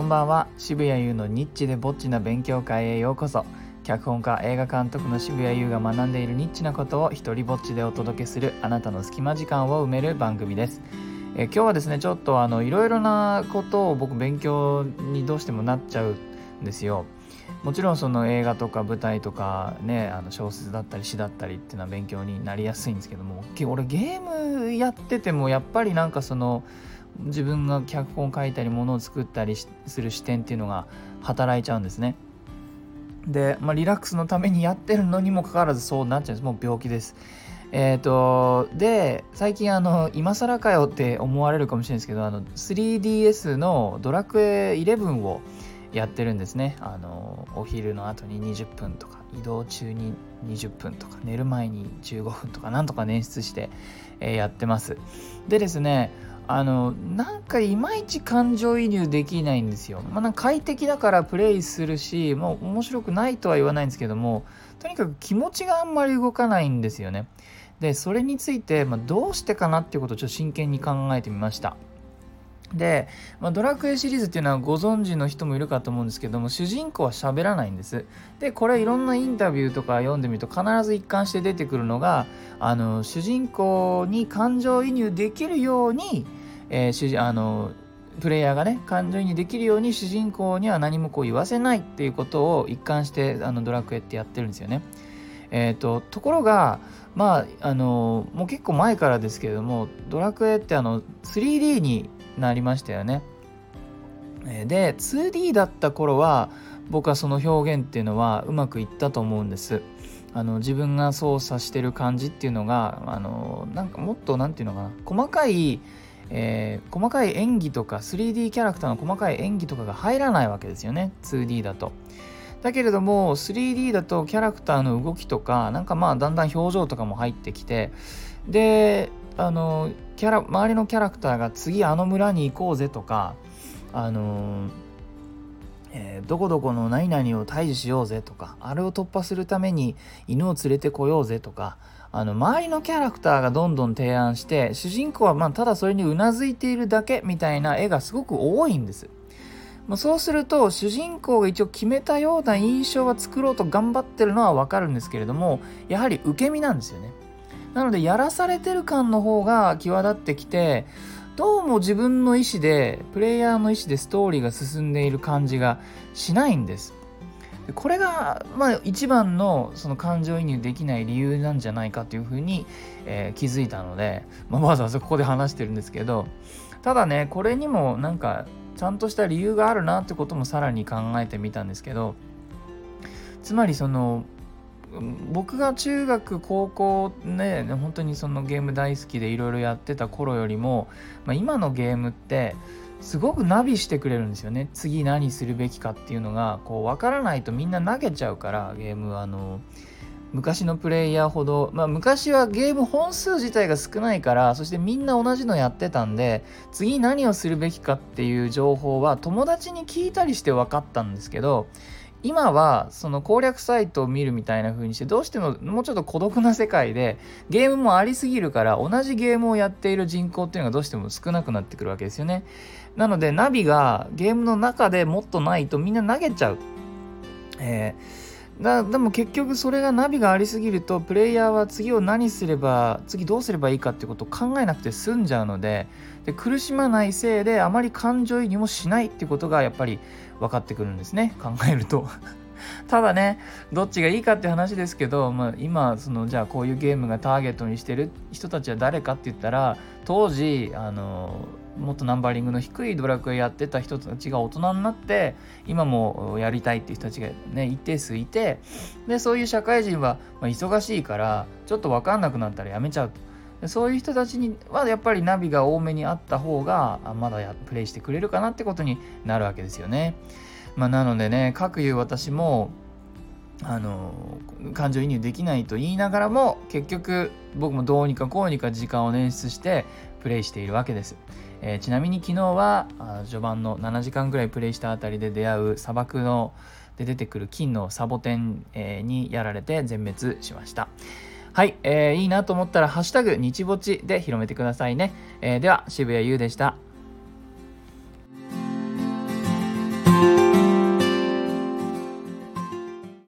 こんばんは。渋谷優のニッチでぼっちな勉強会へようこそ。脚本家映画監督の渋谷優が学んでいるニッチなことを一人ぼっちでお届けするあなたの隙間時間を埋める番組です。今日はですねちょっといろいろなことを僕勉強にどうしてもなっちゃうんですよ。もちろんその映画とか舞台とかね小説だったり詩だったりっていうのは勉強になりやすいんですけども、俺ゲームやっててもやっぱりなんかその自分が脚本書いたりものを作ったりする視点っていうのが働いちゃうんですね。で、リラックスのためにやってるのにもかかわらずそうなっちゃうんです。もう病気です。で最近今更かよって思われるかもしれないですけど3DS のドラクエ11をやってるんですね。お昼の後に20分とか移動中に20分とか寝る前に15分とかなんとか捻出して、やってます。でですねなんかいまいち感情移入できないんですよ。なんか快適だからプレイするしもう面白くないとは言わないんですけども、とにかく気持ちがあんまり動かないんですよね。でそれについて、どうしてかなっていうことをちょっと真剣に考えてみました。で、ドラクエシリーズっていうのはご存知の人もいるかと思うんですけども、主人公は喋らないんです。でこれいろんなインタビューとか読んでみると必ず一貫して出てくるのが主人公に感情移入できるように、プレイヤーがね感情移入できるように主人公には何も言わせないっていうことを一貫してドラクエってやってるんですよね。ところがもう結構前からですけれどもドラクエって3D になりましたよね。で 2D だった頃は僕はその表現っていうのはうまくいったと思うんです。自分が操作してる感じっていうのがなんかもっとなんていうのかな細かい演技とか 3D キャラクターの細かい演技とかが入らないわけですよね 2D だと。だけれども 3D だとキャラクターの動きとかなんかだんだん表情とかも入ってきて、で周りのキャラクターが次村に行こうぜとかどこどこの何々を退治しようぜとかあれを突破するために犬を連れてこようぜとか周りのキャラクターがどんどん提案して主人公はただそれにうなずいているだけみたいな絵がすごく多いんです。そうすると主人公が一応決めたような印象は作ろうと頑張ってるのは分かるんですけれども、やはり受け身なんですよね。なのでやらされてる感の方が際立ってきて、どうも自分の意思でプレイヤーの意思でストーリーが進んでいる感じがしないんです。これが一番のその感情移入できない理由なんじゃないかというふうに、気づいたので、わざわざここで話してるんですけど、ただねこれにもなんかちゃんとした理由があるなってこともさらに考えてみたんですけど、つまり僕が中学高校ね本当にそのゲーム大好きでいろいろやってた頃よりも、今のゲームってすごくナビしてくれるんですよね。次何するべきかっていうのが分からないとみんな投げちゃうから、ゲームは昔のプレイヤーほど、昔はゲーム本数自体が少ないから、そしてみんな同じのやってたんで次何をするべきかっていう情報は友達に聞いたりして分かったんですけど、今はその攻略サイトを見るみたいな風にしてどうしてももうちょっと孤独な世界でゲームもありすぎるから、同じゲームをやっている人口っていうのがどうしても少なくなってくるわけですよね。なのでナビがゲームの中でもっとないとみんな投げちゃう。でも結局それがナビがありすぎるとプレイヤーは次どうすればいいかってことを考えなくて済んじゃうので、苦しまないせいであまり感情移入もしないってことがやっぱり分かってくるんですね、考えるとただねどっちがいいかって話ですけど、今じゃあこういうゲームがターゲットにしてる人たちは誰かって言ったら、当時もっとナンバリングの低いドラクエやってた人たちが大人になって今もやりたいっていう人たちがね一定数いて、でそういう社会人は忙しいからちょっと分かんなくなったらやめちゃうと、そういう人たちにはやっぱりナビが多めにあった方がまだプレイしてくれるかなってことになるわけですよね。なのでね、かくいう私も感情移入できないと言いながらも結局僕もどうにかこうにか時間を捻出してプレイしているわけです。ちなみに昨日は序盤の7時間ぐらいプレイしたあたりで出会う砂漠で出てくる金のサボテンにやられて全滅しました。はい、いいなと思ったらハッシュタグ日ぼちで広めてくださいね。では渋谷優でした。